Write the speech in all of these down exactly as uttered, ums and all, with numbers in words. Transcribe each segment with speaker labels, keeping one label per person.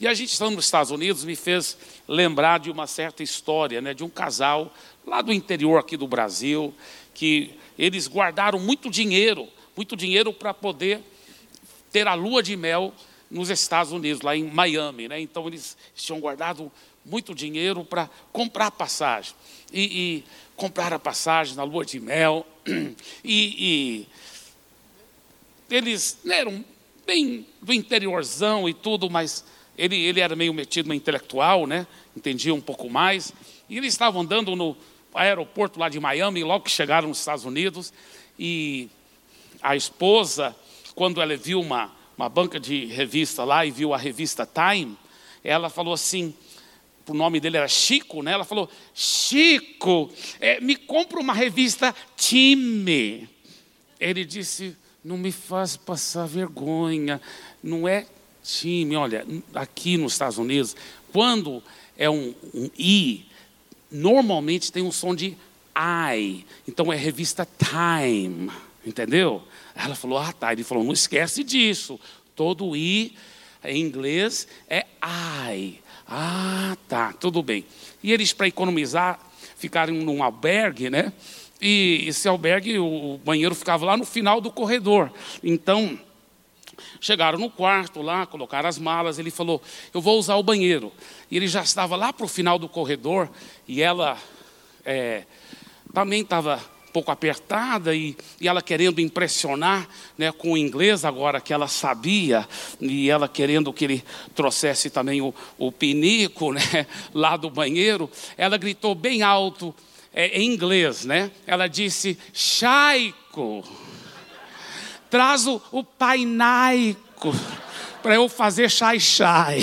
Speaker 1: E a gente estando nos Estados Unidos me fez lembrar de uma certa história, né, de um casal lá do interior aqui do Brasil, que eles guardaram muito dinheiro, muito dinheiro para poder ter a lua de mel nos Estados Unidos, lá em Miami, né? Então eles tinham guardado muito dinheiro para comprar passagem. E, e comprar a passagem na lua de mel. E, e eles eram bem do interiorzão e tudo, mas ele, ele era meio metido no intelectual, né? Entendia um pouco mais. E eles estavam andando no aeroporto lá de Miami, logo que chegaram nos Estados Unidos. E a esposa, quando ela viu uma, uma banca de revista lá e viu a revista Time, ela falou assim, o nome dele era Chico, né? Ela falou, Chico, é, me compra uma revista Time. Ele disse, não me faz passar vergonha, não é Time. Olha, aqui nos Estados Unidos, quando é um, um I, normalmente tem um som de I, então é revista Time, entendeu? Ela falou, ah tá, ele falou, não esquece disso, todo I em inglês é I. Ah, tá, tudo bem. E eles, para economizar, ficaram num albergue, né? E esse albergue, o banheiro ficava lá no final do corredor. Então, chegaram no quarto lá, colocaram as malas. Ele falou, eu vou usar o banheiro. E ele já estava lá para o final do corredor. E ela é, também estava um pouco apertada e, e ela querendo impressionar, né, com o inglês agora que ela sabia, e ela querendo que ele trouxesse também o, o pinico, né, lá do banheiro, ela gritou bem alto, é, em inglês, né? Ela disse, Chaico, traz o, o painaico para eu fazer chai-chai.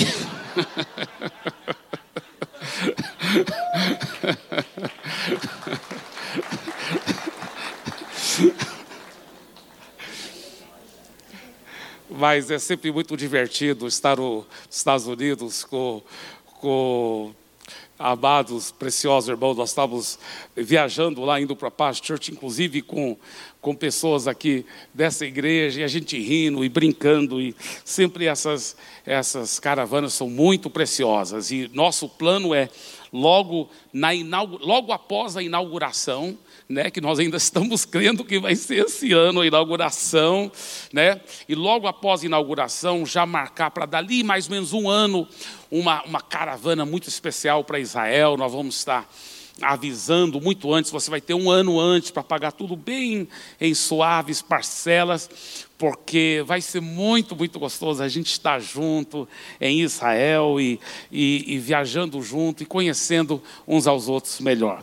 Speaker 1: Mas é sempre muito divertido estar nos Estados Unidos com, com amados, preciosos irmãos. Nós estávamos viajando lá, indo para a Paz Church, inclusive com, com pessoas aqui dessa igreja, e a gente rindo e brincando, e sempre essas, essas caravanas são muito preciosas. E nosso plano é, logo, na inaugura, logo após a inauguração, né, que nós ainda estamos crendo que vai ser esse ano a inauguração, né, e logo após a inauguração já marcar para dali mais ou menos um ano uma, uma caravana muito especial para Israel. Nós vamos estar avisando muito antes, você vai ter um ano antes para pagar tudo bem em suaves parcelas, porque vai ser muito, muito gostoso a gente estar junto em Israel e, e, e viajando junto e conhecendo uns aos outros melhor.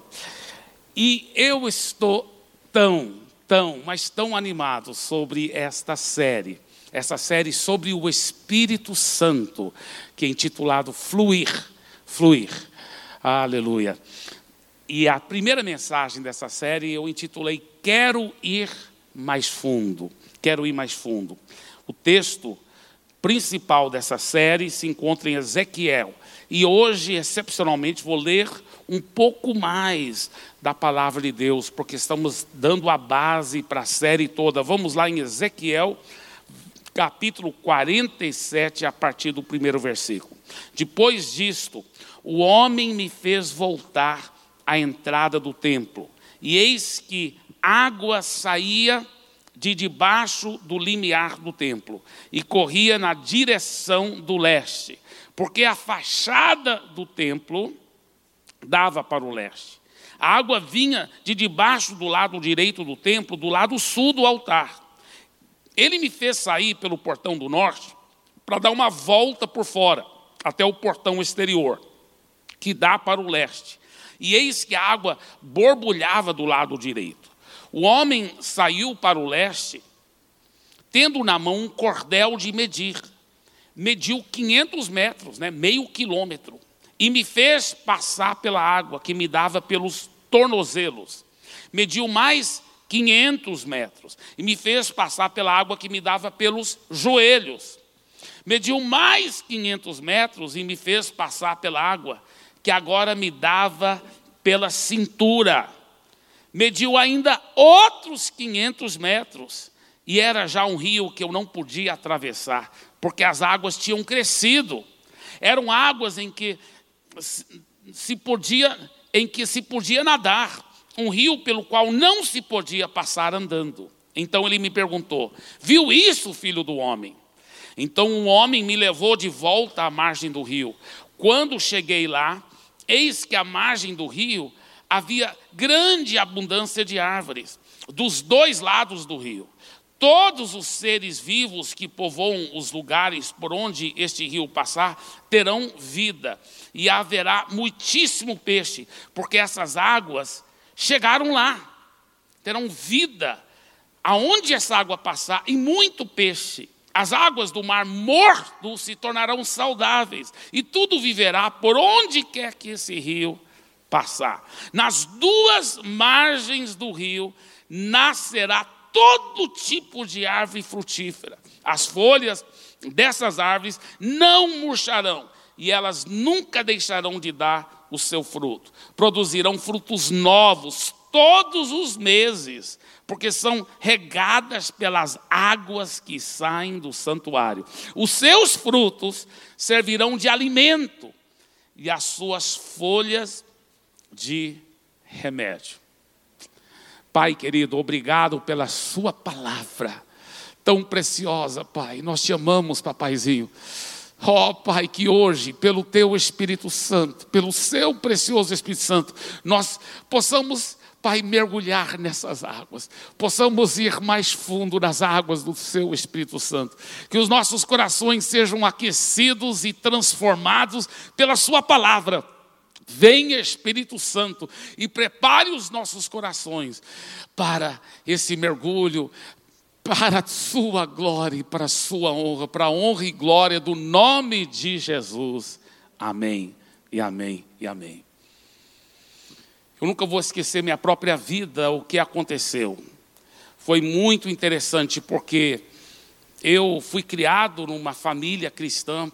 Speaker 1: E eu estou tão, tão, mas tão animado sobre esta série. Essa série sobre o Espírito Santo, que é intitulado Fluir. Fluir. Aleluia. E a primeira mensagem dessa série eu intitulei Quero ir mais fundo. Quero ir mais fundo. O texto principal dessa série se encontra em Ezequiel. E hoje, excepcionalmente, vou ler um pouco mais da palavra de Deus, porque estamos dando a base para a série toda. Vamos lá em Ezequiel, capítulo quarenta e sete, a partir do primeiro versículo. Depois disto, o homem me fez voltar à entrada do templo, e eis que água saía de debaixo do limiar do templo, e corria na direção do leste, porque a fachada do templo dava para o leste. A água vinha de debaixo do lado direito do templo, do lado sul do altar. Ele me fez sair pelo portão do norte para dar uma volta por fora, até o portão exterior, que dá para o leste. E eis que a água borbulhava do lado direito. O homem saiu para o leste, tendo na mão um cordel de medir. Mediu quinhentos metros, né, meio quilômetro. E me fez passar pela água que me dava pelos tornozelos. Mediu mais quinhentos metros. E me fez passar pela água que me dava pelos joelhos. Mediu mais quinhentos metros e me fez passar pela água que agora me dava pela cintura. Mediu ainda outros quinhentos metros. E era já um rio que eu não podia atravessar, porque as águas tinham crescido.
Speaker 2: Eram águas em que se podia, em que se podia nadar, um rio pelo qual não se podia passar andando. Então ele me perguntou: viu isso, filho do homem? Então um homem me levou de volta à margem do rio. Quando cheguei lá, eis que à margem do rio havia grande abundância de árvores, dos dois lados do rio. Todos os seres vivos que povoam os lugares por onde este rio passar terão vida, e haverá muitíssimo peixe, porque essas águas chegaram lá. Terão vida aonde essa água passar, e muito peixe. As águas do mar morto se tornarão saudáveis, e tudo viverá por onde quer que esse rio passar. Nas duas margens do rio nascerá todo tipo de árvore frutífera. As folhas dessas árvores não murcharão, e elas nunca deixarão de dar o seu fruto. Produzirão frutos novos todos os meses, porque são regadas pelas águas que saem do santuário. Os seus frutos servirão de alimento, e as suas folhas de remédio. Pai querido, obrigado pela sua palavra tão preciosa, Pai. Nós te amamos, papaizinho. Ó, Pai, que hoje, pelo teu Espírito Santo, pelo seu precioso Espírito Santo, nós possamos, Pai, mergulhar nessas águas, possamos ir mais fundo nas águas do seu Espírito Santo, que os nossos corações sejam aquecidos e transformados pela sua palavra. Venha, Espírito Santo, e prepare os nossos corações para esse mergulho, para a sua glória e para a sua honra, para a honra e glória do nome de Jesus. Amém, e amém, e amém. Eu nunca vou esquecer minha própria vida, o que aconteceu. Foi muito interessante, porque eu fui criado numa família cristã,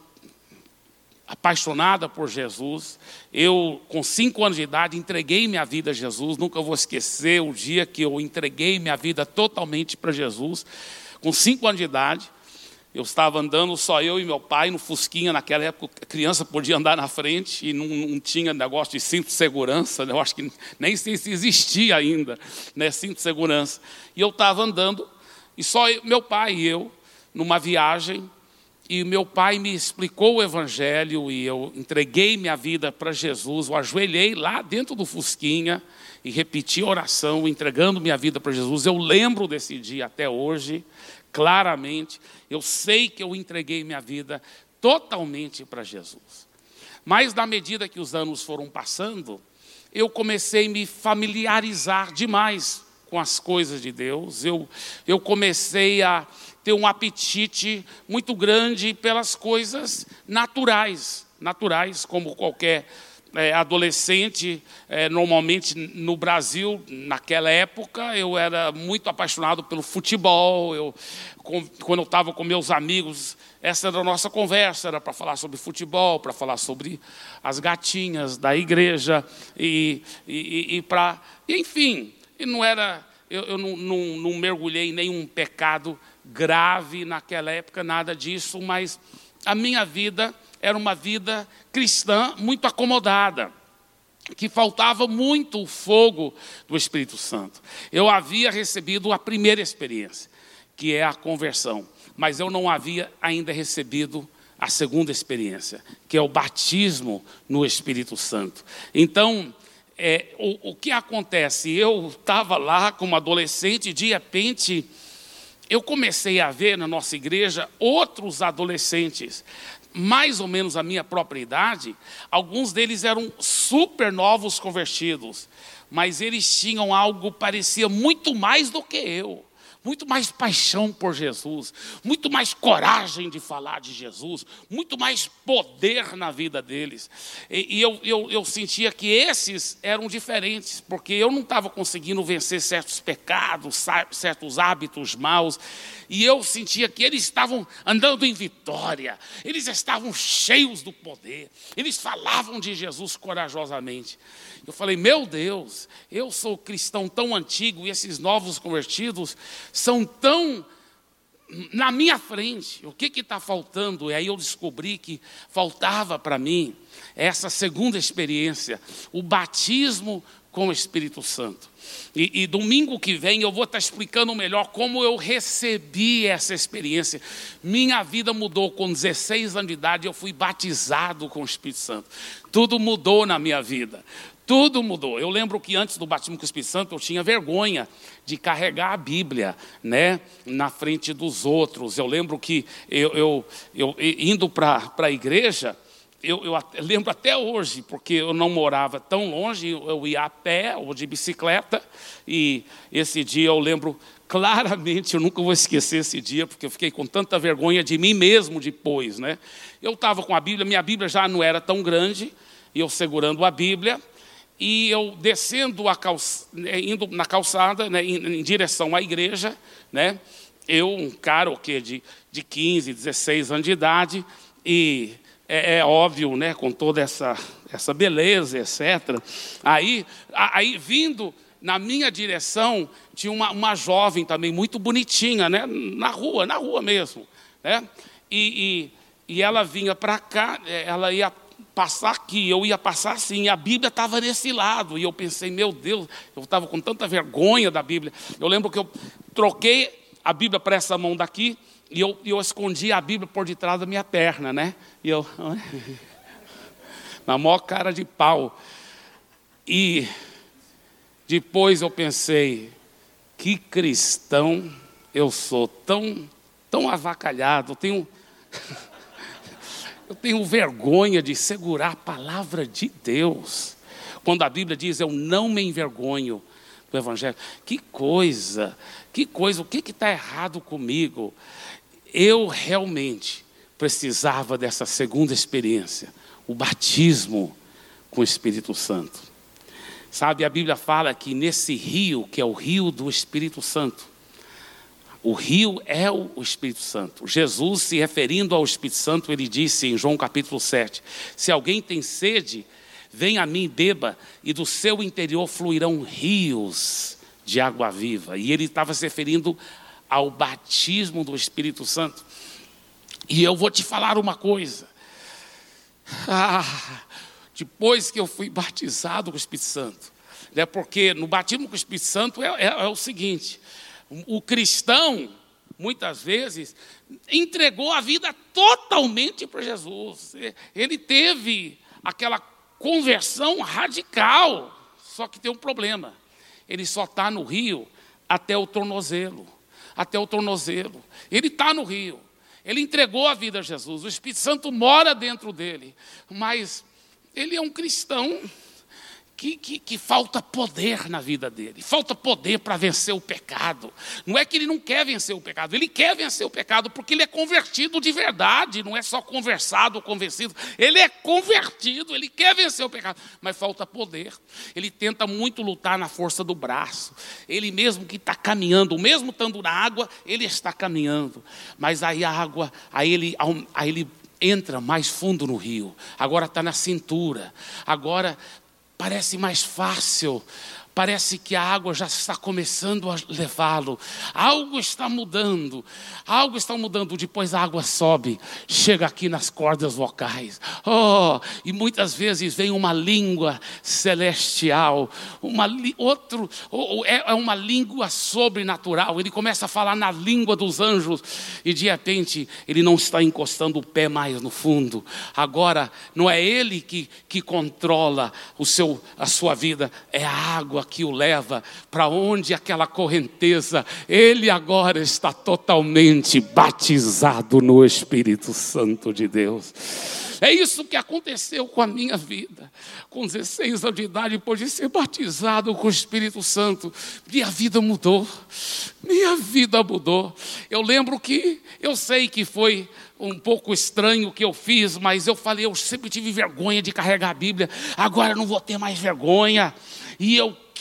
Speaker 2: apaixonada por Jesus. Eu, com cinco anos de idade, entreguei minha vida a Jesus. Nunca vou esquecer o dia que eu entreguei minha vida totalmente para Jesus. Com cinco anos de idade, eu estava andando, só eu e meu pai, no Fusquinha. Naquela época, a criança podia andar na frente e não, não tinha negócio de cinto de segurança. Eu acho que nem sei se existia ainda, né, cinto de segurança. E eu estava andando, e só eu, meu pai e eu, numa viagem. E meu pai me explicou o Evangelho, e eu entreguei minha vida para Jesus. Eu ajoelhei lá dentro do Fusquinha e repeti a oração, entregando minha vida para Jesus. Eu lembro desse dia até hoje, claramente. Eu sei que eu entreguei minha vida totalmente para Jesus. Mas na medida que os anos foram passando, eu comecei a me familiarizar demais com as coisas de Deus. Eu, eu comecei a ter um apetite muito grande pelas coisas naturais, naturais, como qualquer é, adolescente. É, normalmente no Brasil, naquela época, eu era muito apaixonado pelo futebol. Eu, com, quando eu estava com meus amigos, essa era a nossa conversa, era para falar sobre futebol, para falar sobre as gatinhas da igreja, e, e, e para, enfim, e não era, eu, eu não, não, não mergulhei em nenhum pecado grave naquela época, nada disso, mas a minha vida era uma vida cristã muito acomodada, que faltava muito o fogo do Espírito Santo. Eu havia recebido a primeira experiência, que é a conversão, mas eu não havia ainda recebido a segunda experiência, que é o batismo no Espírito Santo. Então, é, o, o que acontece? Eu estava lá como adolescente, e de repente eu comecei a ver na nossa igreja outros adolescentes, mais ou menos a minha própria idade. Alguns deles eram super novos convertidos, mas eles tinham algo que parecia muito mais do que eu. Muito mais paixão por Jesus, muito mais coragem de falar de Jesus, muito mais poder na vida deles. E, e eu, eu, eu sentia que esses eram diferentes, porque eu não estava conseguindo vencer certos pecados, certos hábitos maus, e eu sentia que eles estavam andando em vitória, eles estavam cheios do poder, eles falavam de Jesus corajosamente. Eu falei, meu Deus, eu sou cristão tão antigo, e esses novos convertidos são tão na minha frente, o que está faltando? E aí eu descobri que faltava para mim essa segunda experiência, o batismo com o Espírito Santo. E, e domingo que vem eu vou estar explicando melhor como eu recebi essa experiência. Minha vida mudou com dezesseis anos de idade, eu fui batizado com o Espírito Santo. Tudo mudou na minha vida. Tudo mudou. Eu lembro que antes do batismo com o Espírito Santo eu tinha vergonha de carregar a Bíblia, né, na frente dos outros. Eu lembro que eu, eu, eu indo para a igreja, eu, eu lembro até hoje, porque eu não morava tão longe, eu ia a pé ou de bicicleta, e esse dia eu lembro claramente, eu nunca vou esquecer esse dia, porque eu fiquei com tanta vergonha de mim mesmo depois, né? Eu estava com a Bíblia, minha Bíblia já não era tão grande, e eu segurando a Bíblia, e eu descendo, a calça, indo na calçada, né, em, em direção à igreja, né, eu, um cara o quê, de, de quinze, dezesseis anos de idade, e é, é óbvio, né, com toda essa, essa beleza, etcétera. Aí, aí, vindo na minha direção, tinha uma, uma jovem também, muito bonitinha, né, na rua, na rua mesmo, né, e, e, e ela vinha para cá, ela ia passar aqui, eu ia passar assim, e a Bíblia estava nesse lado, e eu pensei, meu Deus, eu estava com tanta vergonha da Bíblia. Eu lembro que eu troquei a Bíblia para essa mão daqui, e eu, eu escondi a Bíblia por detrás da minha perna, né? E eu, na maior cara de pau. E depois eu pensei, que cristão eu sou, tão, tão avacalhado, eu tenho... Eu tenho vergonha de segurar a palavra de Deus. Quando a Bíblia diz, eu não me envergonho do Evangelho. Que coisa, que coisa, o que está errado comigo? Eu realmente precisava dessa segunda experiência, o batismo com o Espírito Santo. Sabe, a Bíblia fala que nesse rio, que é o rio do Espírito Santo, o rio é o Espírito Santo. Jesus, se referindo ao Espírito Santo, ele disse em João capítulo sete, se alguém tem sede, venha a mim e beba, e do seu interior fluirão rios de água viva. E ele estava se referindo ao batismo do Espírito Santo. E eu vou te falar uma coisa. Ah, depois que eu fui batizado com o Espírito Santo, né, porque no batismo com o Espírito Santo é, é, é o seguinte... O cristão, muitas vezes, entregou a vida totalmente para Jesus. Ele teve aquela conversão radical, só que tem um problema. Ele só está no rio até o tornozelo. Até o tornozelo. Ele está no rio. Ele entregou a vida a Jesus. O Espírito Santo mora dentro dele. Mas ele é um cristão... Que, que, que falta poder na vida dele, falta poder para vencer o pecado. Não é que ele não quer vencer o pecado, ele quer vencer o pecado porque ele é convertido de verdade, não é só conversado ou convencido, ele é convertido, ele quer vencer o pecado, mas falta poder. Ele tenta muito lutar na força do braço, ele mesmo que está caminhando, mesmo estando na água, ele está caminhando, mas aí a água, aí ele, aí ele entra mais fundo no rio, agora está na cintura, agora... Parece mais fácil, parece que a água já está começando a levá-lo. Algo está mudando, algo está mudando. Depois a água sobe, chega aqui nas cordas vocais. Oh, e muitas vezes vem uma língua celestial, uma, outro, é uma língua sobrenatural. Ele começa a falar na língua dos anjos e de repente ele não está encostando o pé mais no fundo. Agora não é ele que, que controla o seu, a sua vida, é a água que o leva para onde aquela correnteza, ele agora está totalmente batizado no Espírito Santo de Deus. É isso que aconteceu com a minha vida. Com dezesseis anos de idade, depois de ser batizado com o Espírito Santo, minha vida mudou. Minha vida mudou. Eu lembro que, eu sei que foi um pouco estranho o que eu fiz, mas eu falei, eu sempre tive vergonha de carregar a Bíblia, agora eu não vou ter mais vergonha. E eu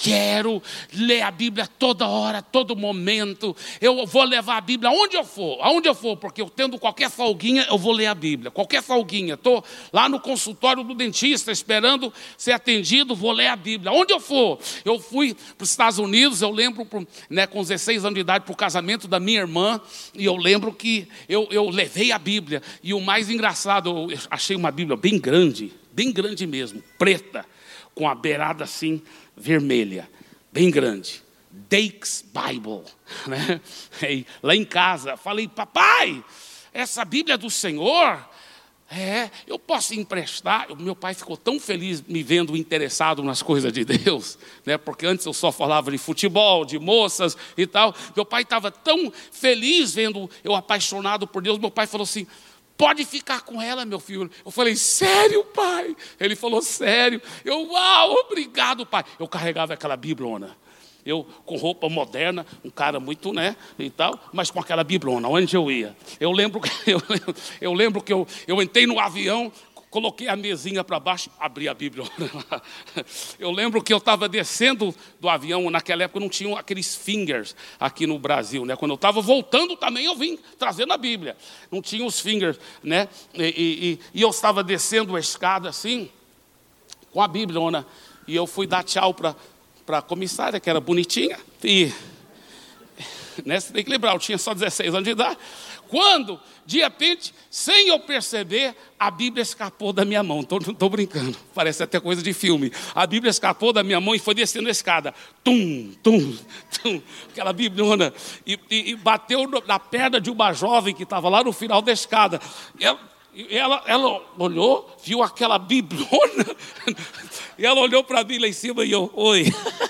Speaker 2: quero ler a Bíblia toda hora, todo momento. Eu vou levar a Bíblia aonde eu for, aonde eu for, porque eu tendo qualquer folguinha, eu vou ler a Bíblia. Qualquer folguinha, estou lá no consultório do dentista, esperando ser atendido, vou ler a Bíblia. Onde eu for, eu fui para os Estados Unidos, eu lembro, né, com dezesseis anos de idade, para o casamento da minha irmã, e eu lembro que eu, eu levei a Bíblia. E o mais engraçado, eu achei uma Bíblia bem grande, bem grande mesmo, preta, com a beirada assim, vermelha, bem grande. Dake's Bible, né? E lá em casa, falei, papai, essa Bíblia do Senhor, é, eu posso emprestar? O meu pai ficou tão feliz me vendo interessado nas coisas de Deus, né? Porque antes eu só falava de futebol, de moças e tal. Meu pai estava tão feliz vendo eu apaixonado por Deus, meu pai falou assim, pode ficar com ela, meu filho. Eu falei, sério, pai? Ele falou, sério. Eu, uau, obrigado, pai. Eu carregava aquela biblona. Eu, com roupa moderna, um cara muito, né, e tal, mas com aquela biblona, onde eu ia. Eu lembro, eu, eu lembro que eu, eu entrei no avião, coloquei a mesinha para baixo, abri a Bíblia. Eu lembro que eu estava descendo do avião, naquela época não tinham aqueles fingers aqui no Brasil, né? Quando eu estava voltando também eu vim trazendo a Bíblia. Não tinha os fingers, né? E, e, e eu estava descendo a escada assim, com a Bíblia, e eu fui dar tchau para a comissária, que era bonitinha, e né, você tem que lembrar, eu tinha só dezesseis anos de idade. Quando, de repente, sem eu perceber, a Bíblia escapou da minha mão. Não estou brincando, parece até coisa de filme. A Bíblia escapou da minha mão e foi descendo a escada. Tum, tum, tum, aquela Bibliona. E, e, e bateu na perna de uma jovem que estava lá no final da escada. Ela, ela, ela olhou, viu aquela Bibliona, e ela olhou para mim lá em cima e eu, oi.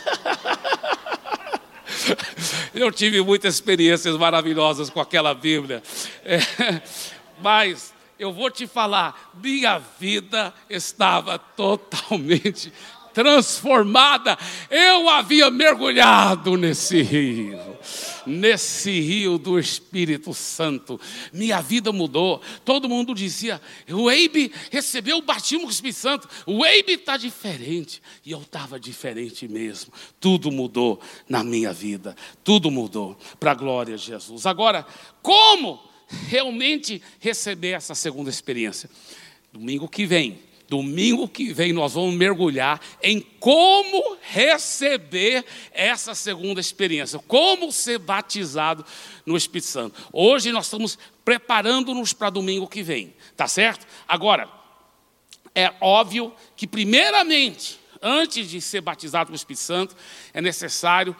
Speaker 2: Eu tive muitas experiências maravilhosas com aquela Bíblia. É, mas eu vou te falar, minha vida estava totalmente transformada. Eu havia mergulhado nesse rio, nesse rio do Espírito Santo. Minha vida mudou. Todo mundo dizia, o Eibe recebeu o batismo com o Espírito Santo. O Eibe está diferente. E eu estava diferente mesmo. Tudo mudou na minha vida. Tudo mudou para a glória de Jesus. Agora, como realmente receber essa segunda experiência? Domingo que vem. Domingo que vem nós vamos mergulhar em como receber essa segunda experiência, como ser batizado no Espírito Santo. Hoje nós estamos preparando-nos para domingo que vem, tá certo? Agora, é óbvio que primeiramente, antes de ser batizado com o Espírito Santo, é necessário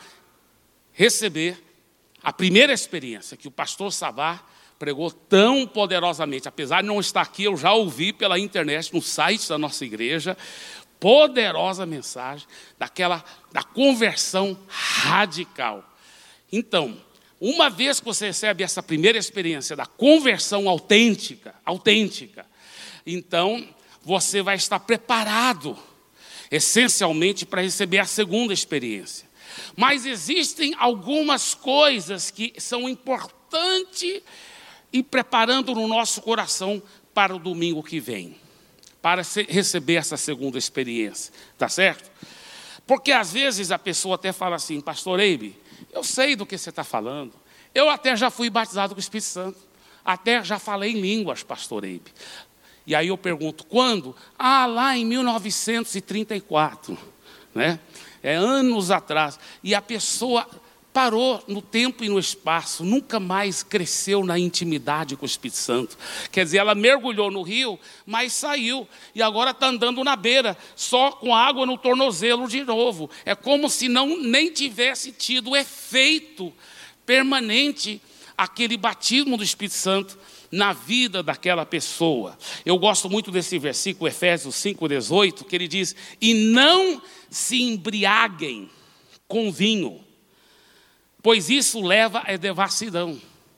Speaker 2: receber a primeira experiência que o pastor Sabá pregou tão poderosamente. Apesar de não estar aqui, eu já ouvi pela internet, no site da nossa igreja, poderosa mensagem daquela, da conversão radical. Então, uma vez que você recebe essa primeira experiência da conversão autêntica, autêntica, então você vai estar preparado, essencialmente, para receber a segunda experiência. Mas existem algumas coisas que são importantes e preparando no nosso coração para o domingo que vem, para receber essa segunda experiência, tá certo? Porque às vezes a pessoa até fala assim, pastor Eibe, eu sei do que você está falando, eu até já fui batizado com o Espírito Santo, até já falei em línguas, pastor Eibe. E aí eu pergunto, quando? Ah, lá em mil novecentos e trinta e quatro, né? É anos atrás, e a pessoa parou no tempo e no espaço, nunca mais cresceu na intimidade com o Espírito Santo. Quer dizer, ela mergulhou no rio, mas saiu, e agora está andando na beira, só com água no tornozelo de novo. É como se não nem tivesse tido efeito permanente aquele batismo do Espírito Santo na vida daquela pessoa. Eu gosto muito desse versículo, Efésios cinco, dezoito, que ele diz, e não se embriaguem com vinho, pois isso leva à devassidão.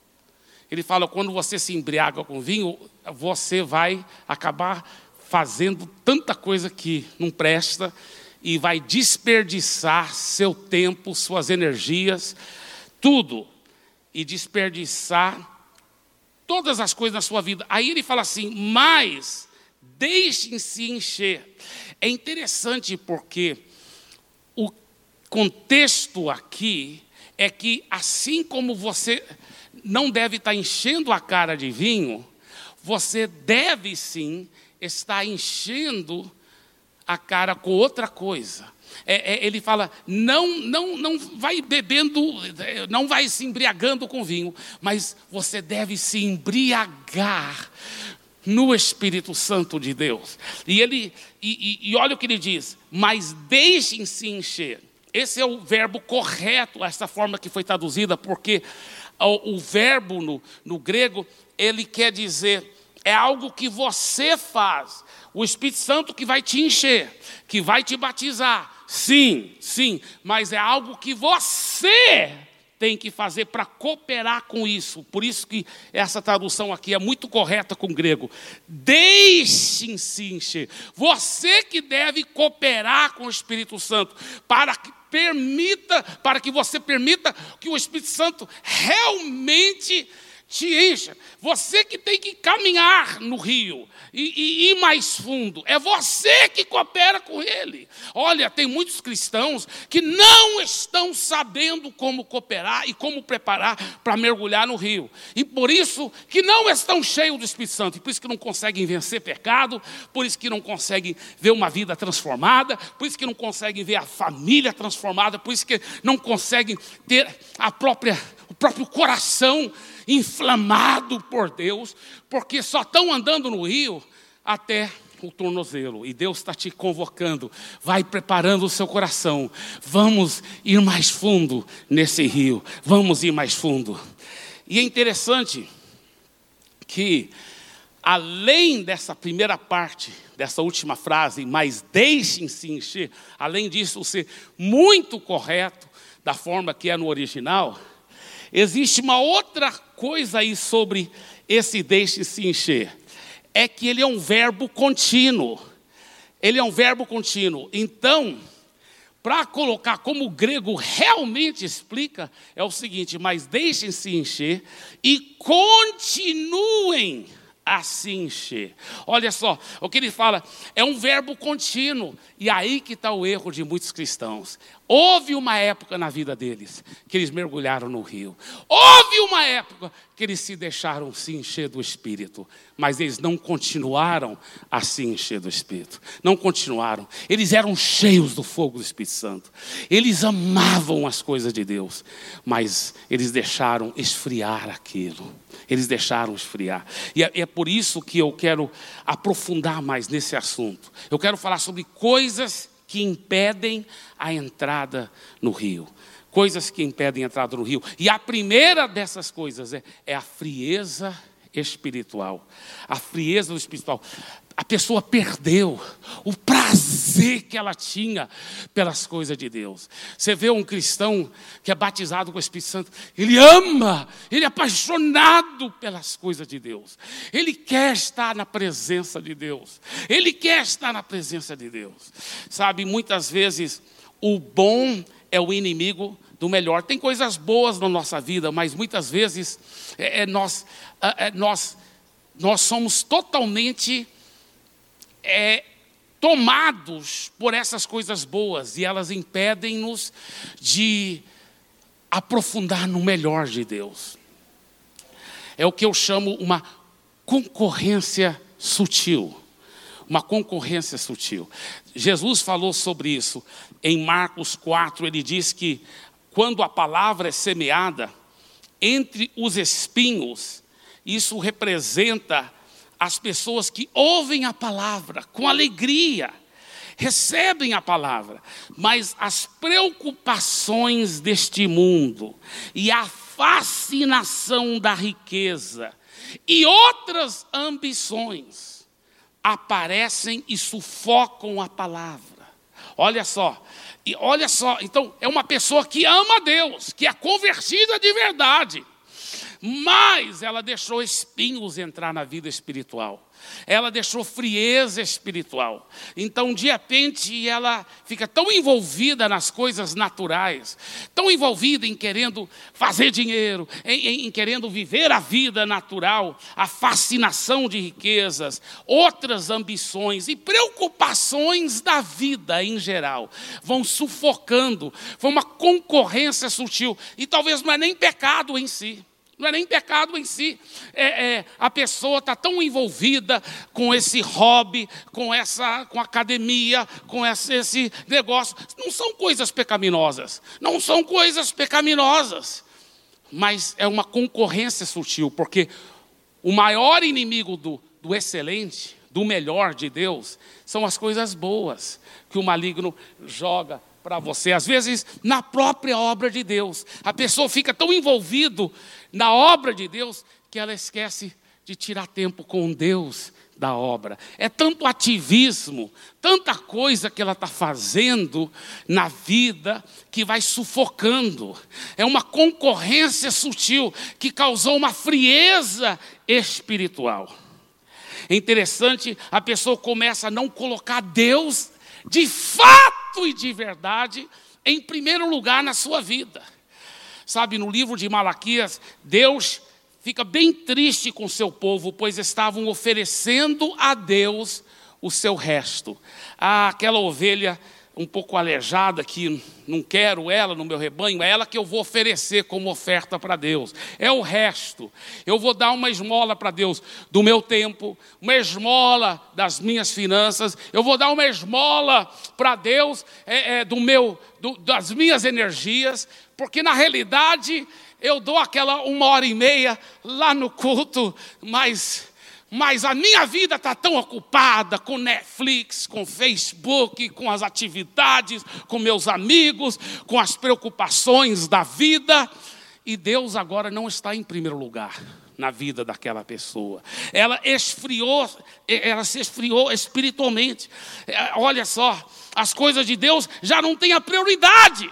Speaker 2: Ele fala, quando você se embriaga com vinho, você vai acabar fazendo tanta coisa que não presta e vai desperdiçar seu tempo, suas energias, tudo, e desperdiçar todas as coisas na sua vida. Aí ele fala assim, mas deixem-se encher. É interessante porque o contexto aqui é que, assim como você não deve estar enchendo a cara de vinho, você deve sim estar enchendo a cara com outra coisa. É, é, ele fala, não, não, não vai bebendo, não vai se embriagando com vinho, mas você deve se embriagar no Espírito Santo de Deus. E, ele, e, e, e olha o que ele diz, mas deixem-se encher. Esse é o verbo correto, essa forma que foi traduzida, porque o, o verbo no, no grego, ele quer dizer, é algo que você faz. O Espírito Santo que vai te encher, que vai te batizar. Sim, sim, mas é algo que você tem que fazer para cooperar com isso. Por isso que essa tradução aqui é muito correta com o grego. Deixem-se encher. Você que deve cooperar com o Espírito Santo para que permita, para que você permita que o Espírito Santo realmente te encha. Você que tem que caminhar no rio e, e ir mais fundo. É você que coopera com ele. Olha, tem muitos cristãos que não estão sabendo como cooperar e como preparar para mergulhar no rio. E por isso que não estão cheios do Espírito Santo. E por isso que não conseguem vencer pecado. Por isso que não conseguem ver uma vida transformada. Por isso que não conseguem ver a família transformada. Por isso que não conseguem ter a própria, o próprio coração inflamado por Deus, porque só estão andando no rio até o tornozelo. E Deus está te convocando, vai preparando o seu coração. Vamos ir mais fundo nesse rio, vamos ir mais fundo. E é interessante que, além dessa primeira parte, dessa última frase, mas deixem-se encher, além disso ser muito correto, da forma que é no original, existe uma outra coisa aí sobre esse deixe-se encher. É que ele é um verbo contínuo. Ele é um verbo contínuo. Então, para colocar como o grego realmente explica, é o seguinte, mas deixem-se encher e continuem a se encher. Olha só, o que ele fala é um verbo contínuo. E aí que está o erro de muitos cristãos. Houve uma época na vida deles que eles mergulharam no rio. Houve uma época que eles se deixaram se encher do Espírito. Mas eles não continuaram a se encher do Espírito. Não continuaram. Eles eram cheios do fogo do Espírito Santo. Eles amavam as coisas de Deus. Mas eles deixaram esfriar aquilo. Eles deixaram esfriar. E é, é por isso que eu quero aprofundar mais nesse assunto. Eu quero falar sobre coisas que impedem a entrada no rio. Coisas que impedem a entrada no rio. E a primeira dessas coisas é, é a frieza espiritual. A frieza do espiritual. A pessoa perdeu o prazer que ela tinha pelas coisas de Deus. Você vê um cristão que é batizado com o Espírito Santo, ele ama, ele é apaixonado pelas coisas de Deus. Ele quer estar na presença de Deus. Ele quer estar na presença de Deus. Sabe, muitas vezes o bom é o inimigo do melhor. Tem coisas boas na nossa vida, mas muitas vezes é, é, nós, é, nós, nós somos totalmente... É, tomados por essas coisas boas e elas impedem-nos de aprofundar no melhor de Deus. É o que eu chamo uma concorrência sutil. Uma concorrência sutil. Jesus falou sobre isso em Marcos quatro. Ele diz que quando a palavra é semeada entre os espinhos, isso representa as pessoas que ouvem a palavra com alegria, recebem a palavra, mas as preocupações deste mundo e a fascinação da riqueza e outras ambições aparecem e sufocam a palavra. Olha só, e olha só, então é uma pessoa que ama a Deus, que é convertida de verdade, mas ela deixou espinhos entrar na vida espiritual. Ela deixou frieza espiritual. Então, de repente, ela fica tão envolvida nas coisas naturais, tão envolvida em querendo fazer dinheiro, em, em, em querendo viver a vida natural, a fascinação de riquezas, outras ambições e preocupações da vida em geral, vão sufocando, foi uma concorrência sutil, e talvez não é nem pecado em si. Não é nem pecado em si. É, é, a pessoa está tão envolvida com esse hobby, com essa, com a academia, com esse, esse negócio. Não são coisas pecaminosas. Não são coisas pecaminosas. Mas é uma concorrência sutil, porque o maior inimigo do, do excelente, do melhor de Deus, são as coisas boas que o maligno joga para você, às vezes na própria obra de Deus. A pessoa fica tão envolvida na obra de Deus que ela esquece de tirar tempo com Deus da obra. É tanto ativismo, tanta coisa que ela está fazendo na vida que vai sufocando. É uma concorrência sutil que causou uma frieza espiritual. É interessante, a pessoa começa a não colocar Deus de fato e de verdade em primeiro lugar na sua vida. Sabe, no livro de Malaquias, Deus fica bem triste com o seu povo, pois estavam oferecendo a Deus o seu resto. Ah, aquela ovelha um pouco aleijada que não quero ela no meu rebanho, é ela que eu vou oferecer como oferta para Deus. É o resto. Eu vou dar uma esmola para Deus do meu tempo, uma esmola das minhas finanças, eu vou dar uma esmola para Deus é, é, do meu, do, das minhas energias, porque na realidade eu dou aquela uma hora e meia lá no culto, mas... Mas a minha vida está tão ocupada com Netflix, com Facebook, com as atividades, com meus amigos, com as preocupações da vida. E Deus agora não está em primeiro lugar na vida daquela pessoa. Ela esfriou, ela se esfriou espiritualmente. Olha só, as coisas de Deus já não têm a prioridade.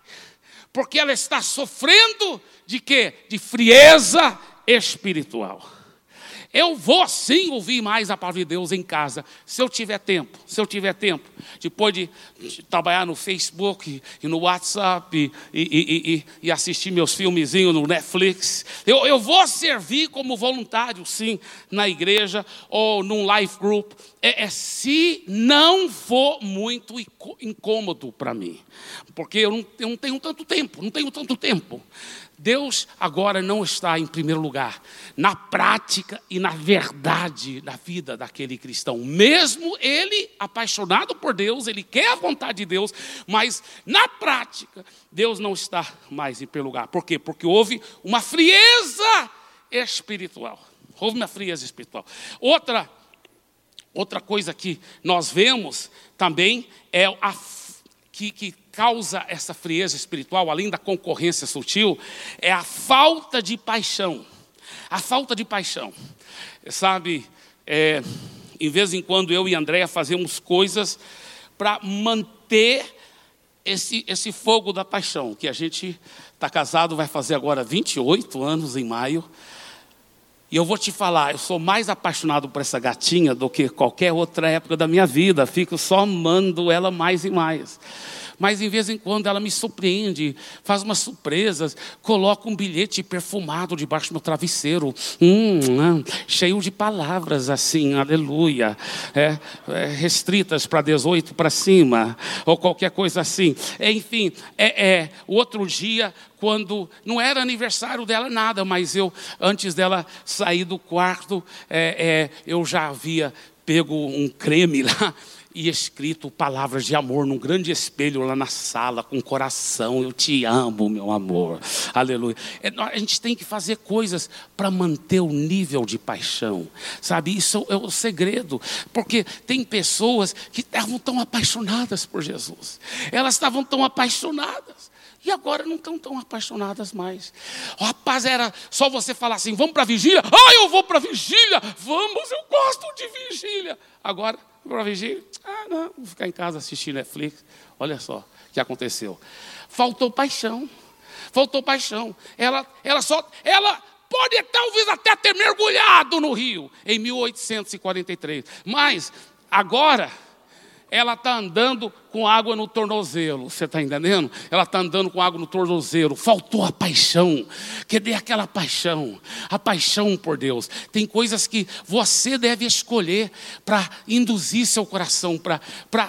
Speaker 2: Porque ela está sofrendo de quê? De frieza espiritual. Eu vou sim ouvir mais a palavra de Deus em casa, se eu tiver tempo, se eu tiver tempo, depois de trabalhar no Facebook e no WhatsApp e, e, e, e, e assistir meus filmezinhos no Netflix. Eu, eu vou servir como voluntário, sim, na igreja ou num life group, é, é se não for muito incômodo para mim, porque eu não, eu não tenho tanto tempo, não tenho tanto tempo. Deus agora não está em primeiro lugar na prática e na verdade da vida daquele cristão. Mesmo ele apaixonado por Deus, ele quer a vontade de Deus, mas na prática Deus não está mais em primeiro lugar. Por quê? Porque houve uma frieza espiritual. Houve uma frieza espiritual. Outra, outra coisa que nós vemos também é a que... que causa essa frieza espiritual, além da concorrência sutil, é a falta de paixão. A falta de paixão. Sabe, é, em vez em quando eu e Andréia fazemos coisas para manter esse, esse fogo da paixão, que a gente está casado, vai fazer agora vinte e oito anos em maio. E eu vou te falar, eu sou mais apaixonado por essa gatinha do que qualquer outra época da minha vida. Fico só amando ela mais e mais. Mas, em vez em quando, ela me surpreende, faz umas surpresas, coloca um bilhete perfumado debaixo do meu travesseiro, hum, hum, cheio de palavras assim, aleluia, é, é, restritas para dezoito para cima, ou qualquer coisa assim. É, enfim, é, é, o outro dia, quando não era aniversário dela nada, mas eu, antes dela sair do quarto, é, é, eu já havia pego um creme lá, e escrito palavras de amor num grande espelho lá na sala, com coração. Eu te amo, meu amor. Aleluia. A gente tem que fazer coisas para manter o nível de paixão. Sabe, isso é o segredo. Porque tem pessoas que estavam tão apaixonadas por Jesus. Elas estavam tão apaixonadas. E agora não estão tão apaixonadas mais. Oh, rapaz, era só você falar assim, vamos para a vigília? Ah, eu vou para a vigília. Vamos, eu gosto de vigília. Agora, para a vigília? Ah, não, vou ficar em casa assistindo Netflix. Olha só o que aconteceu. Faltou paixão. Faltou paixão. Ela, ela só, ela pode talvez até ter mergulhado no rio em mil oitocentos e quarenta e três. Mas agora ela está andando com água no tornozelo. Você está entendendo? Ela está andando com água no tornozelo. Faltou a paixão. Cadê aquela paixão? A paixão por Deus. Tem coisas que você deve escolher para induzir seu coração, para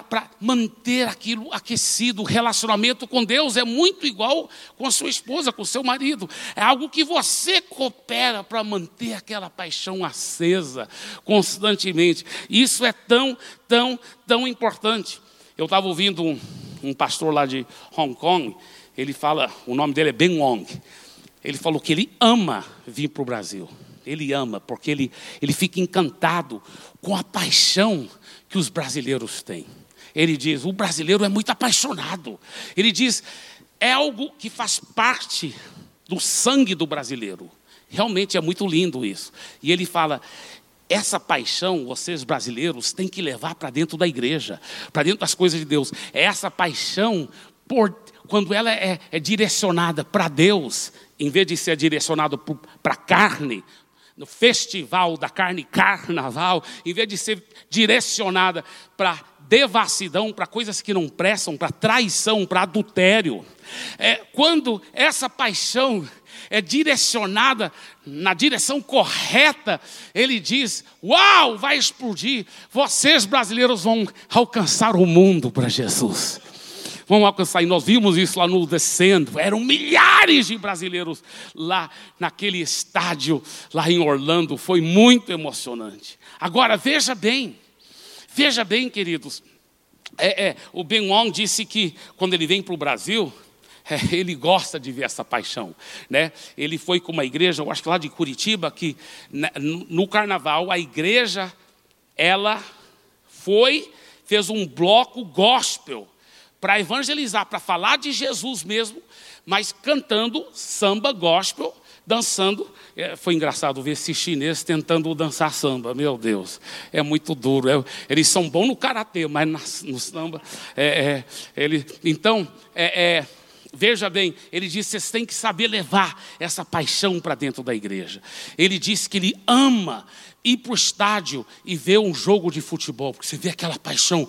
Speaker 2: manter aquilo aquecido. O relacionamento com Deus é muito igual com a sua esposa, com o seu marido. É algo que você coopera para manter aquela paixão acesa constantemente. Isso é tão, tão, tão importante. Eu estava ouvindo um, um pastor lá de Hong Kong, ele fala, o nome dele é Ben Wong, ele falou que ele ama vir para o Brasil, ele ama, porque ele, ele fica encantado com a paixão que os brasileiros têm. Ele diz, o brasileiro é muito apaixonado, ele diz, é algo que faz parte do sangue do brasileiro, realmente é muito lindo isso. E ele fala, essa paixão, vocês brasileiros, têm que levar para dentro da igreja, para dentro das coisas de Deus. Essa paixão, por, quando ela é, é direcionada para Deus, em vez de ser direcionada para a carne, no festival da carne, carnaval, em vez de ser direcionada para devassidão, para coisas que não prestam, para traição, para adultério. É, quando essa paixão é direcionada na direção correta, ele diz, uau, vai explodir, vocês brasileiros vão alcançar o mundo para Jesus, vão alcançar, e nós vimos isso lá no Descendo, eram milhares de brasileiros lá naquele estádio, lá em Orlando, foi muito emocionante. Agora, veja bem, veja bem, queridos, é, é, o Ben Wong disse que quando ele vem para o Brasil, É, ele gosta de ver essa paixão, né? Ele foi com uma igreja, eu acho que lá de Curitiba, que no carnaval a igreja, ela foi, fez um bloco gospel para evangelizar, para falar de Jesus mesmo, mas cantando samba gospel, dançando. É, foi engraçado ver esse chinês tentando dançar samba, meu Deus, é muito duro. É, eles são bons no karatê, mas na, no samba, é, é, ele, então, é... é veja bem, ele disse, vocês têm que saber levar essa paixão para dentro da igreja. Ele disse que ele ama ir para o estádio e ver um jogo de futebol, porque você vê aquela paixão.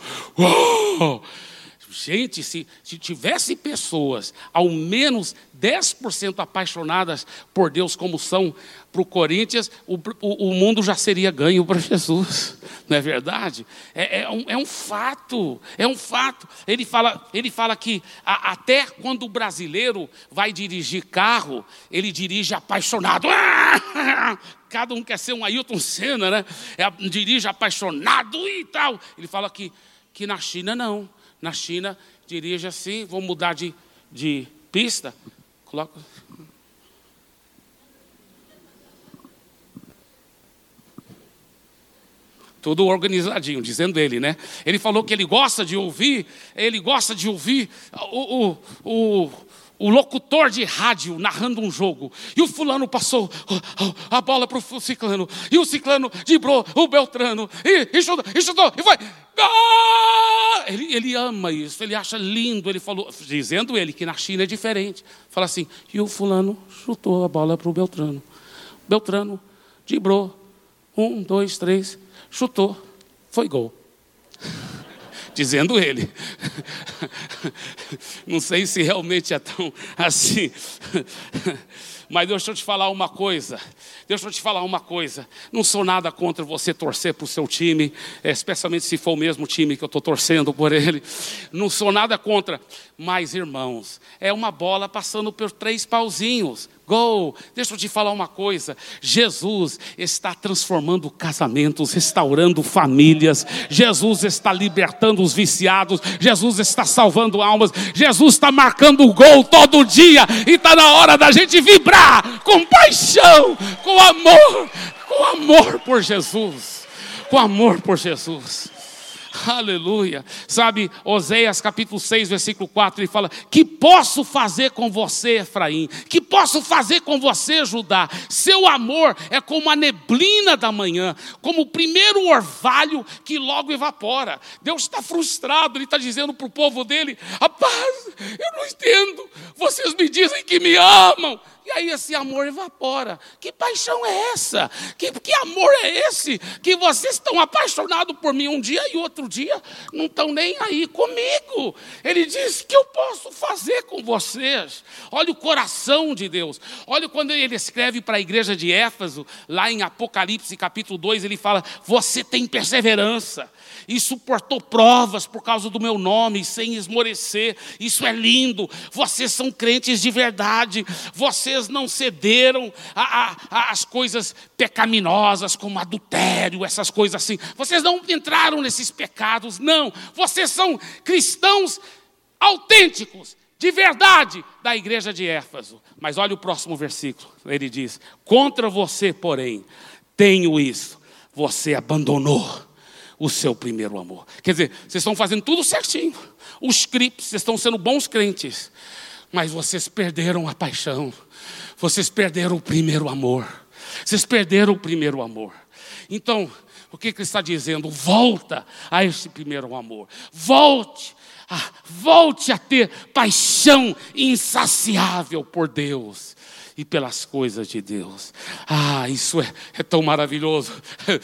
Speaker 2: Uou! Gente, se, se tivesse pessoas, ao menos dez por cento apaixonadas por Deus como são para o Corinthians, o, o, o mundo já seria ganho para Jesus. Não é verdade? É, é, um, é um fato, é um fato. Ele fala, ele fala que a, até quando o brasileiro vai dirigir carro, ele dirige apaixonado. Cada um quer ser um Ayrton Senna, né? É, dirige apaixonado e tal. Ele fala que, que na China não. Na China, dirige assim, vou mudar de, de pista. Coloca. Tudo organizadinho, dizendo ele, né? Ele falou que ele gosta de ouvir, ele gosta de ouvir o, o, o, o locutor de rádio narrando um jogo. E o fulano passou a bola para o ciclano. E o ciclano driblou o Beltrano. E, e chutou, e chutou, e foi. Ele, ele ama isso, ele acha lindo. Ele falou, dizendo ele que na China é diferente. Fala assim, e o fulano chutou a bola para o Beltrano. Beltrano driblou. Um, dois, três, chutou. Foi gol. Dizendo ele. Não sei se realmente é tão assim. Mas deixa eu te falar uma coisa. Deixa eu te falar uma coisa. Não sou nada contra você torcer para o seu time, especialmente se for o mesmo time que eu estou torcendo por ele. Não sou nada contra. Mas, irmãos, é uma bola passando por três pauzinhos. Gol! Deixa eu te falar uma coisa. Jesus está transformando casamentos, restaurando famílias. Jesus está libertando os viciados. Jesus está salvando almas. Jesus está marcando o gol todo dia. E está na hora da gente vibrar com paixão, com amor, com amor por Jesus. Com amor por Jesus. Aleluia. Sabe, Oséias capítulo seis, versículo quatro, ele fala, que posso fazer com você, Efraim? Que posso fazer com você, Judá? Seu amor é como a neblina da manhã, como o primeiro orvalho que logo evapora. Deus está frustrado, ele está dizendo para o povo dele, rapaz, eu não entendo. Vocês me dizem que me amam. E aí esse amor evapora. Que paixão é essa? Que, que amor é esse? Que vocês estão apaixonados por mim um dia e outro dia não estão nem aí comigo. Ele diz que eu posso fazer com vocês. Olha o coração de Deus. Olha quando ele escreve para a igreja de Éfeso, lá em Apocalipse capítulo dois, ele fala: você tem perseverança e suportou provas por causa do meu nome, sem esmorecer. Isso é lindo. Vocês são crentes de verdade. Vocês não cederam às coisas pecaminosas, como adultério, essas coisas assim. Vocês não entraram nesses pecados, não. Vocês são cristãos autênticos, de verdade, da igreja de Éfeso. Mas olha o próximo versículo. Ele diz: contra você, porém, tenho isso. Você abandonou o seu primeiro amor. Quer dizer, vocês estão fazendo tudo certinho. Os scripts, vocês estão sendo bons crentes. Mas vocês perderam a paixão. Vocês perderam o primeiro amor. Vocês perderam o primeiro amor. Então, o que que ele está dizendo? Volta a esse primeiro amor. Volte. Ah, volte a ter paixão insaciável por Deus e pelas coisas de Deus. Ah, isso é, é tão maravilhoso.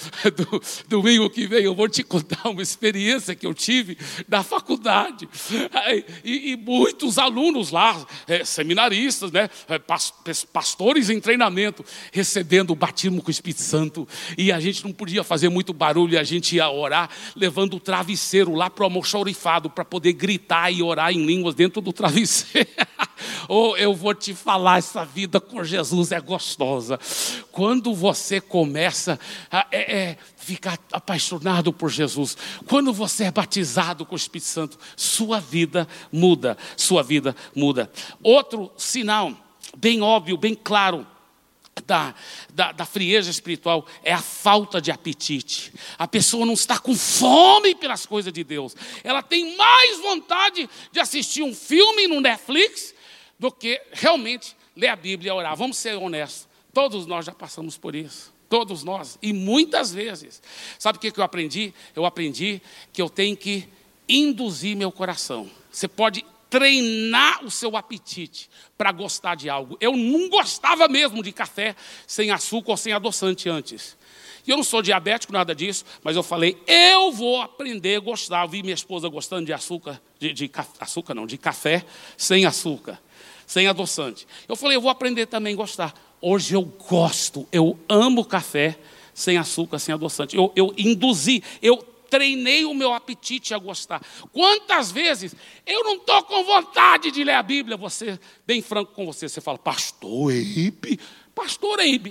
Speaker 2: Do, domingo que vem eu vou te contar uma experiência que eu tive na faculdade. E, e muitos alunos lá, é, seminaristas, né, pastores em treinamento, recebendo o batismo com o Espírito Santo. E a gente não podia fazer muito barulho, e a gente ia orar, levando o travesseiro lá para o almoxarifado, para poder gritar e orar em línguas dentro do travesseiro. Ou oh, eu vou te falar, essa vida com Jesus é gostosa. Quando você começa a é, é, ficar apaixonado por Jesus, quando você é batizado com o Espírito Santo, sua vida muda, sua vida muda. Outro sinal bem óbvio, bem claro, Da, da, da frieza espiritual é a falta de apetite. A pessoa não está com fome pelas coisas de Deus. Ela tem mais vontade de assistir um filme no Netflix do que realmente ler a Bíblia e orar. Vamos ser honestos. Todos nós já passamos por isso. Todos nós. E muitas vezes. Sabe o que eu aprendi? Eu aprendi que eu tenho que induzir meu coração. Você pode treinar o seu apetite para gostar de algo. Eu não gostava mesmo de café sem açúcar ou sem adoçante antes. E eu não sou diabético, nada disso, mas eu falei, eu vou aprender a gostar. Eu vi minha esposa gostando de açúcar, de, de açúcar não, de café sem açúcar, sem adoçante. Eu falei, eu vou aprender também a gostar. Hoje eu gosto, eu amo café sem açúcar, sem adoçante. Eu, eu induzi, eu treinei o meu apetite a gostar. Quantas vezes eu não estou com vontade de ler a Bíblia? Você, bem franco com você, você fala, pastor Eibe, pastor Eibe,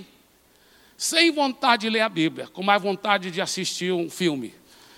Speaker 2: sem vontade de ler a Bíblia, com mais vontade de assistir um filme.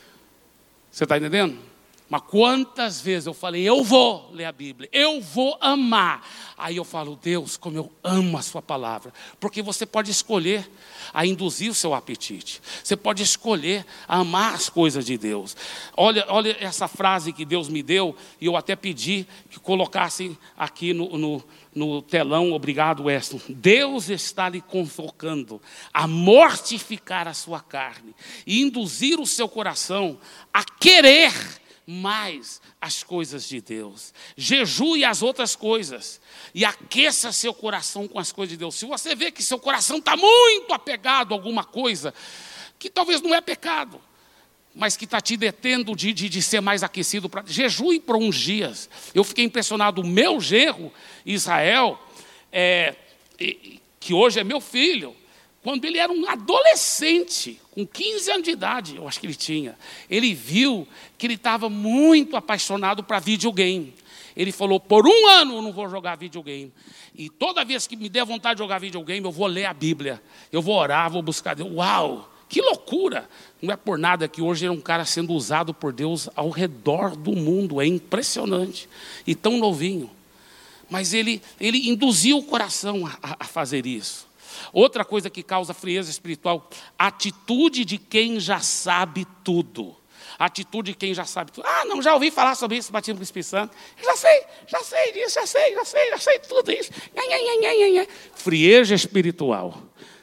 Speaker 2: Você está entendendo? Mas quantas vezes eu falei, eu vou ler a Bíblia, eu vou amar. Aí eu falo, Deus, como eu amo a sua palavra. Porque você pode escolher a induzir o seu apetite. Você pode escolher a amar as coisas de Deus. Olha, olha essa frase que Deus me deu, e eu até pedi que colocassem aqui no, no, no telão. Obrigado, Weston. Deus está lhe convocando a mortificar a sua carne e induzir o seu coração a querer mais as coisas de Deus. Jejue as outras coisas e aqueça seu coração com as coisas de Deus. Se você vê que seu coração está muito apegado a alguma coisa, que talvez não é pecado, mas que está te detendo de, de, de ser mais aquecido, pra, jejue por uns dias. Eu fiquei impressionado, o meu genro, Israel, é, que hoje é meu filho, quando ele era um adolescente, com quinze anos de idade, eu acho que ele tinha, ele viu que ele estava muito apaixonado para videogame. Ele falou, por um ano eu não vou jogar videogame. E toda vez que me der vontade de jogar videogame, eu vou ler a Bíblia. Eu vou orar, vou buscar Deus. Uau, que loucura! Não é por nada que hoje ele é um cara sendo usado por Deus ao redor do mundo. É impressionante. E tão novinho. Mas ele, ele induziu o coração a, a fazer isso. Outra coisa que causa frieza espiritual, atitude de quem já sabe tudo. Atitude de quem já sabe tudo. Ah, não, já ouvi falar sobre isso, batismo com o Espírito Santo. Já sei, já sei disso, já sei, já sei, já sei tudo isso. Frieza espiritual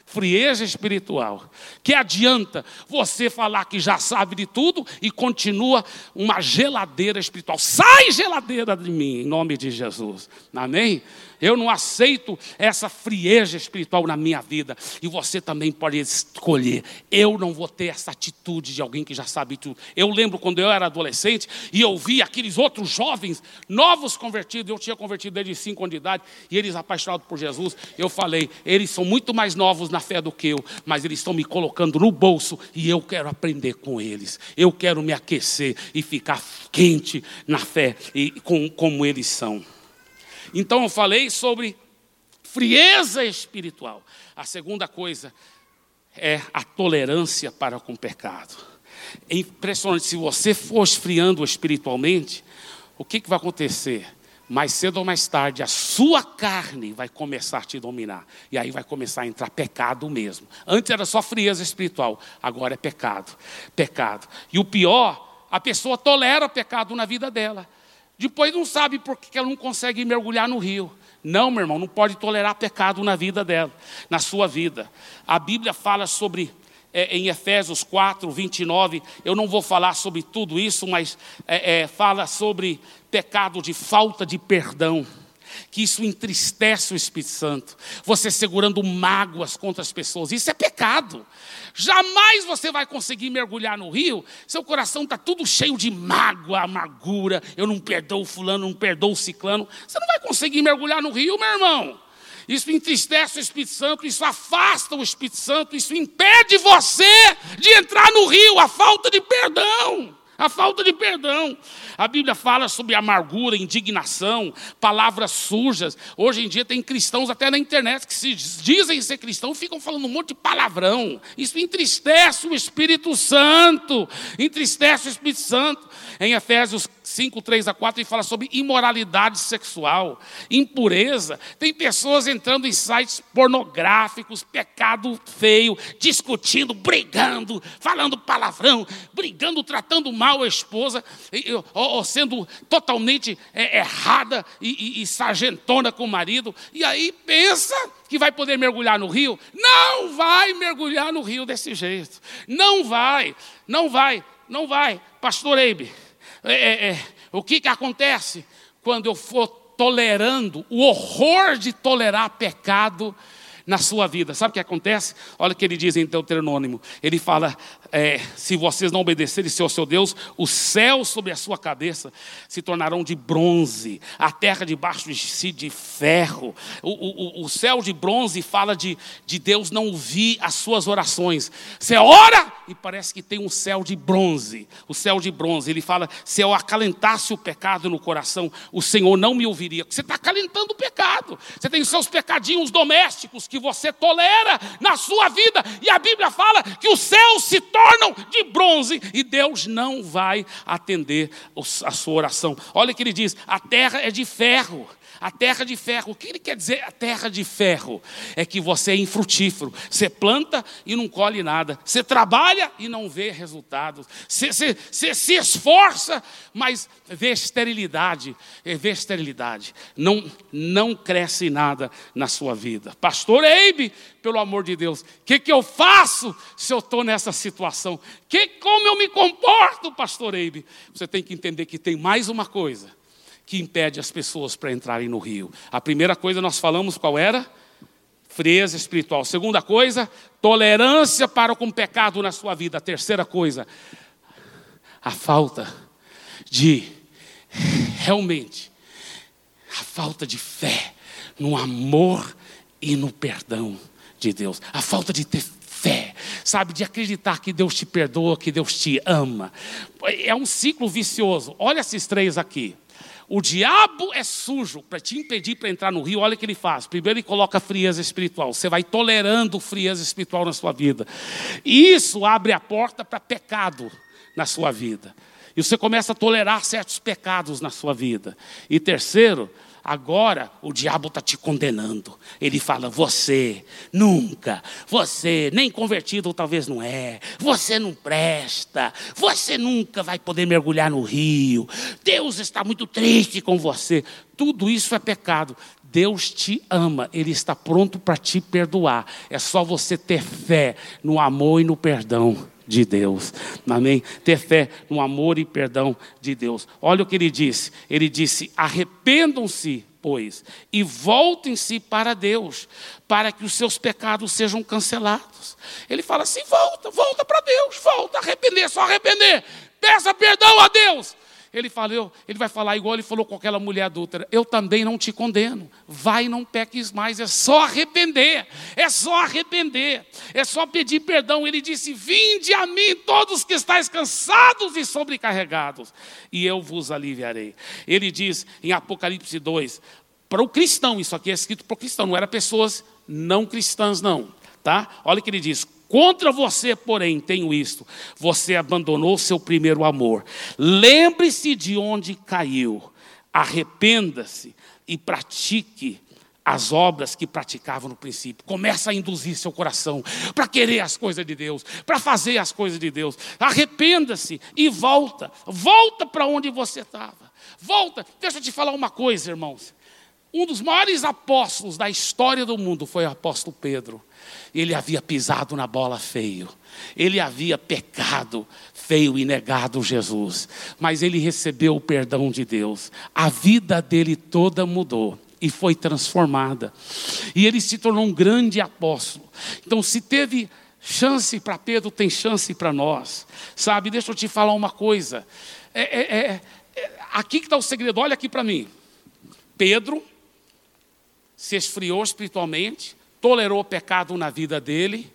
Speaker 2: Frieza espiritual. Que adianta você falar que já sabe de tudo e continua uma geladeira espiritual. Sai, geladeira de mim, em nome de Jesus. Amém? Eu não aceito essa frieza espiritual na minha vida. E você também pode escolher. Eu não vou ter essa atitude de alguém que já sabe tudo. Eu lembro quando eu era adolescente e eu vi aqueles outros jovens, novos convertidos. Eu tinha convertido desde cinco anos de idade e eles apaixonados por Jesus. Eu falei, eles são muito mais novos na fé do que eu, mas eles estão me colocando no bolso e eu quero aprender com eles. Eu quero me aquecer e ficar quente na fé e com, como eles são. Então eu falei sobre frieza espiritual. A segunda coisa é a tolerância para com o pecado. É impressionante, se você for esfriando espiritualmente, o que, que vai acontecer? Mais cedo ou mais tarde, a sua carne vai começar a te dominar. E aí vai começar a entrar pecado mesmo. Antes era só frieza espiritual, agora é pecado. Pecado. E o pior, a pessoa tolera o pecado na vida dela. Depois não sabe por que ela não consegue mergulhar no rio. Não, meu irmão, não pode tolerar pecado na vida dela, na sua vida. A Bíblia fala sobre, é, em Efésios quatro, vinte e nove, eu não vou falar sobre tudo isso, mas é, é, fala sobre pecado de falta de perdão. Que isso entristece o Espírito Santo. Você segurando mágoas contra as pessoas. Isso é pecado. Jamais você vai conseguir mergulhar no rio. Seu coração está tudo cheio de mágoa, amargura. Eu não perdoo fulano, não perdoo ciclano. Você não vai conseguir mergulhar no rio, meu irmão. Isso entristece o Espírito Santo. Isso afasta o Espírito Santo. Isso impede você de entrar no rio. A falta de perdão. A falta de perdão. A Bíblia fala sobre amargura, indignação, palavras sujas. Hoje em dia tem cristãos até na internet que se dizem ser cristãos, ficam falando um monte de palavrão. Isso entristece o Espírito Santo. Entristece o Espírito Santo. Em Efésios cinco, três a quatro, ele fala sobre imoralidade sexual, impureza. Tem pessoas entrando em sites pornográficos, pecado feio, discutindo, brigando, falando palavrão, brigando, tratando mal a esposa, ou, ou sendo totalmente é, errada e, e, e sargentona com o marido. E aí pensa que vai poder mergulhar no rio? Não vai mergulhar no rio desse jeito. Não vai, não vai, não vai. Pastor Eibe, É, é, é, o que, que acontece quando eu for tolerando o horror de tolerar pecado na sua vida? Sabe o que acontece? Olha o que ele diz em Deuteronômio. Ele fala, é, se vocês não obedecerem ao seu Deus, os céus sobre a sua cabeça se tornarão de bronze, a terra debaixo de si de ferro. O, o, o céu de bronze fala de, de Deus não ouvir as suas orações. Você ora e parece que tem um céu de bronze. O céu de bronze, ele fala, se eu acalentasse o pecado no coração, o Senhor não me ouviria. Você está acalentando o pecado. Você tem os seus pecadinhos domésticos que você tolera na sua vida. E a Bíblia fala que os céus se tornam de bronze e Deus não vai atender a sua oração. Olha o que ele diz, a terra é de ferro. A terra de ferro, o que ele quer dizer a terra de ferro? É que você é infrutífero, você planta e não colhe nada, você trabalha e não vê resultados, você, você, você se esforça, mas vê esterilidade, vê esterilidade, não, não cresce nada na sua vida. Pastor Eibe, pelo amor de Deus, o que, que eu faço se eu estou nessa situação? Que, como eu me comporto, pastor Eibe? Você tem que entender que tem mais uma coisa que impede as pessoas para entrarem no rio. A primeira coisa nós falamos qual era? Frieza espiritual. Segunda coisa, tolerância para com o pecado na sua vida. A terceira coisa, a falta de, realmente, a falta de fé no amor e no perdão de Deus. A falta de ter fé, sabe, de acreditar que Deus te perdoa, que Deus te ama. É um ciclo vicioso. Olha esses três aqui. O diabo é sujo para te impedir para entrar no rio. Olha o que ele faz. Primeiro ele coloca frieza espiritual. Você vai tolerando frieza espiritual na sua vida. E isso abre a porta para pecado na sua vida. E você começa a tolerar certos pecados na sua vida. E terceiro, agora o diabo está te condenando. Ele fala, você nunca, você nem convertido talvez não é, você não presta, você nunca vai poder mergulhar no rio, Deus está muito triste com você. Tudo isso é pecado. Deus te ama, Ele está pronto para te perdoar. É só você ter fé no amor e no perdão de Deus. Amém? Ter fé no amor e perdão de Deus. Olha o que ele disse. Ele disse: arrependam-se, pois, e voltem-se para Deus, para que os seus pecados sejam cancelados. Ele fala assim: volta, volta para Deus, volta, arrepender, só arrepender. Peça perdão a Deus. Ele, falou, ele vai falar igual ele falou com aquela mulher adúltera: eu também não te condeno, vai e não peques mais. É só arrepender, é só arrepender, é só pedir perdão. Ele disse: vinde a mim todos que estáis cansados e sobrecarregados, e eu vos aliviarei. Ele diz em Apocalipse dois, para o cristão, isso aqui é escrito para o cristão, não era pessoas não cristãs não, tá? Olha o que ele diz: contra você, porém, tenho isto: você abandonou seu primeiro amor. Lembre-se de onde caiu, arrependa-se e pratique as obras que praticava no princípio. Começa a induzir seu coração para querer as coisas de Deus, para fazer as coisas de Deus. Arrependa-se e volta, volta para onde você estava. Volta. Deixa eu te falar uma coisa, irmãos. Um dos maiores apóstolos da história do mundo foi o apóstolo Pedro. Ele havia pisado na bola feio. Ele havia pecado feio e negado Jesus. Mas ele recebeu o perdão de Deus. A vida dele toda mudou e foi transformada. E ele se tornou um grande apóstolo. Então, se teve chance para Pedro, tem chance para nós. Sabe, deixa eu te falar uma coisa. É, é, é, é, aqui que está o segredo, olha aqui para mim. Pedro se esfriou espiritualmente, tolerou o pecado na vida dele,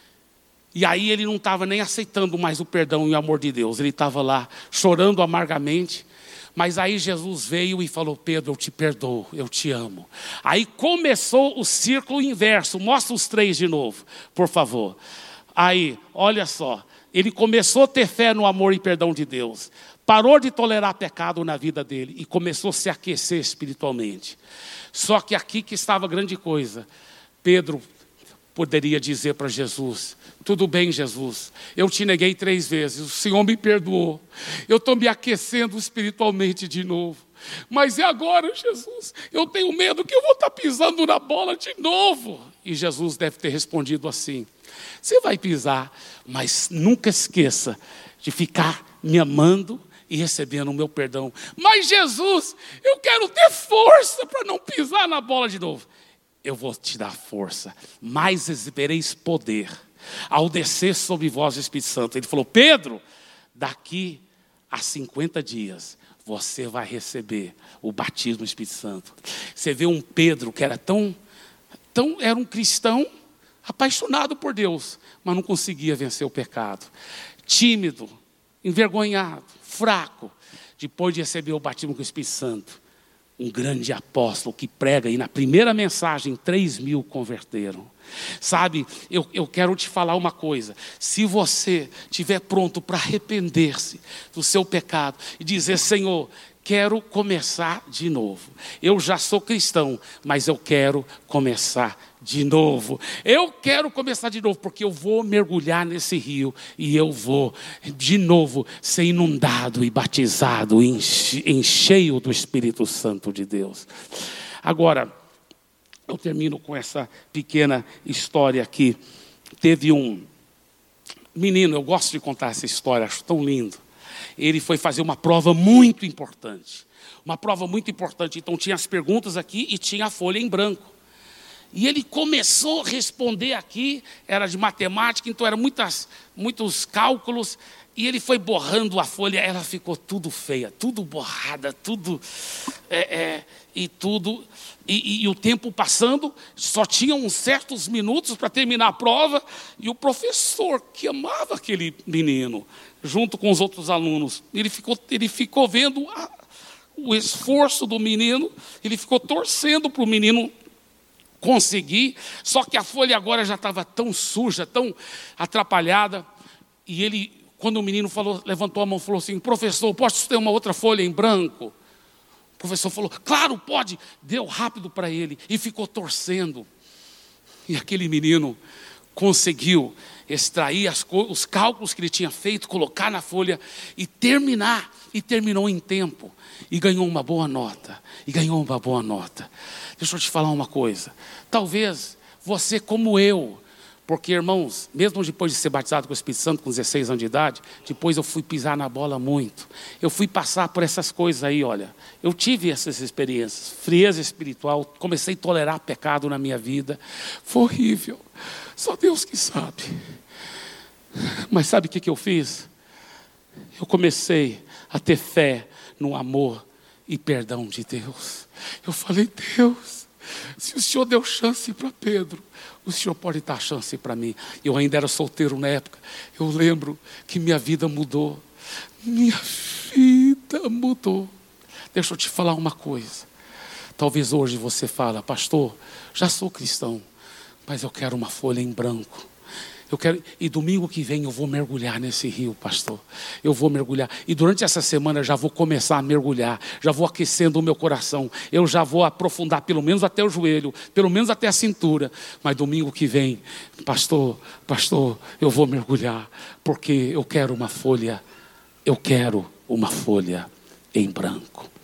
Speaker 2: e aí ele não estava nem aceitando mais o perdão e o amor de Deus. Ele estava lá chorando amargamente. Mas aí Jesus veio e falou: Pedro, eu te perdoo, eu te amo. Aí começou o círculo inverso. Mostra os três de novo, por favor. Aí, olha só, ele começou a ter fé no amor e perdão de Deus, parou de tolerar pecado na vida dele e começou a se aquecer espiritualmente. Só que aqui que estava a grande coisa. Pedro poderia dizer para Jesus: tudo bem, Jesus, eu te neguei três vezes, o Senhor me perdoou, eu estou me aquecendo espiritualmente de novo, mas e agora, Jesus? Eu tenho medo que eu vou estar pisando na bola de novo. E Jesus deve ter respondido assim: você vai pisar, mas nunca esqueça de ficar me amando e recebendo o meu perdão. Mas Jesus, eu quero ter força para não pisar na bola de novo. Eu vou te dar força, mas recebereis poder ao descer sobre vós o Espírito Santo. Ele falou: Pedro, daqui a cinquenta dias você vai receber o batismo do Espírito Santo. Você vê um Pedro que era tão, tão era um cristão apaixonado por Deus, mas não conseguia vencer o pecado. Tímido, envergonhado, fraco. Depois de receber o batismo com o Espírito Santo, um grande apóstolo que prega, e na primeira mensagem três mil converteram. Sabe, eu, eu quero te falar uma coisa: se você estiver pronto para arrepender-se do seu pecado e dizer: Senhor, quero começar de novo. Eu já sou cristão, mas eu quero começar de novo. Eu quero começar de novo, porque eu vou mergulhar nesse rio e eu vou de novo ser inundado e batizado em, em cheio do Espírito Santo de Deus. Agora, eu termino com essa pequena história aqui. Teve um menino, eu gosto de contar essa história, acho tão lindo. Ele foi fazer uma prova muito importante. Uma prova muito importante. Então tinha as perguntas aqui e tinha a folha em branco. E ele começou a responder aqui, era de matemática, então eram muitas, muitos cálculos. E ele foi borrando a folha, ela ficou tudo feia, tudo borrada, tudo... É, é, e tudo... E, e, e o tempo passando, só tinha uns certos minutos para terminar a prova. E o professor, que amava aquele menino, junto com os outros alunos, ele ficou, ele ficou vendo a, o esforço do menino, ele ficou torcendo para o menino conseguir, só que a folha agora já estava tão suja, tão atrapalhada. E ele, quando o menino falou, levantou a mão e falou assim: professor, posso ter uma outra folha em branco? O professor falou: claro, pode. Deu rápido para ele e ficou torcendo. E aquele menino conseguiu extrair as, os cálculos que ele tinha feito, colocar na folha e terminar. E terminou em tempo. E ganhou uma boa nota. E ganhou uma boa nota. Deixa eu te falar uma coisa. Talvez você como eu, porque irmãos, mesmo depois de ser batizado com o Espírito Santo com dezesseis anos de idade, depois eu fui pisar na bola muito. Eu fui passar por essas coisas aí, olha. Eu tive essas experiências, frieza espiritual, comecei a tolerar pecado na minha vida. Foi horrível. Só Deus que sabe. Mas sabe o que, que eu fiz? Eu comecei a ter fé no amor e perdão de Deus. Eu falei, Deus, se o Senhor deu chance para Pedro, o Senhor pode dar chance para mim. Eu ainda era solteiro na época. Eu lembro que minha vida mudou. Minha vida mudou. Deixa eu te falar uma coisa. Talvez hoje você fala, pastor, já sou cristão, mas eu quero uma folha em branco. Eu quero, e domingo que vem eu vou mergulhar nesse rio, pastor. Eu vou mergulhar. E durante essa semana eu já vou começar a mergulhar. Já vou aquecendo o meu coração. Eu já vou aprofundar pelo menos até o joelho. Pelo menos até a cintura. Mas domingo que vem, pastor, pastor, eu vou mergulhar. Porque eu quero uma folha. Eu quero uma folha em branco.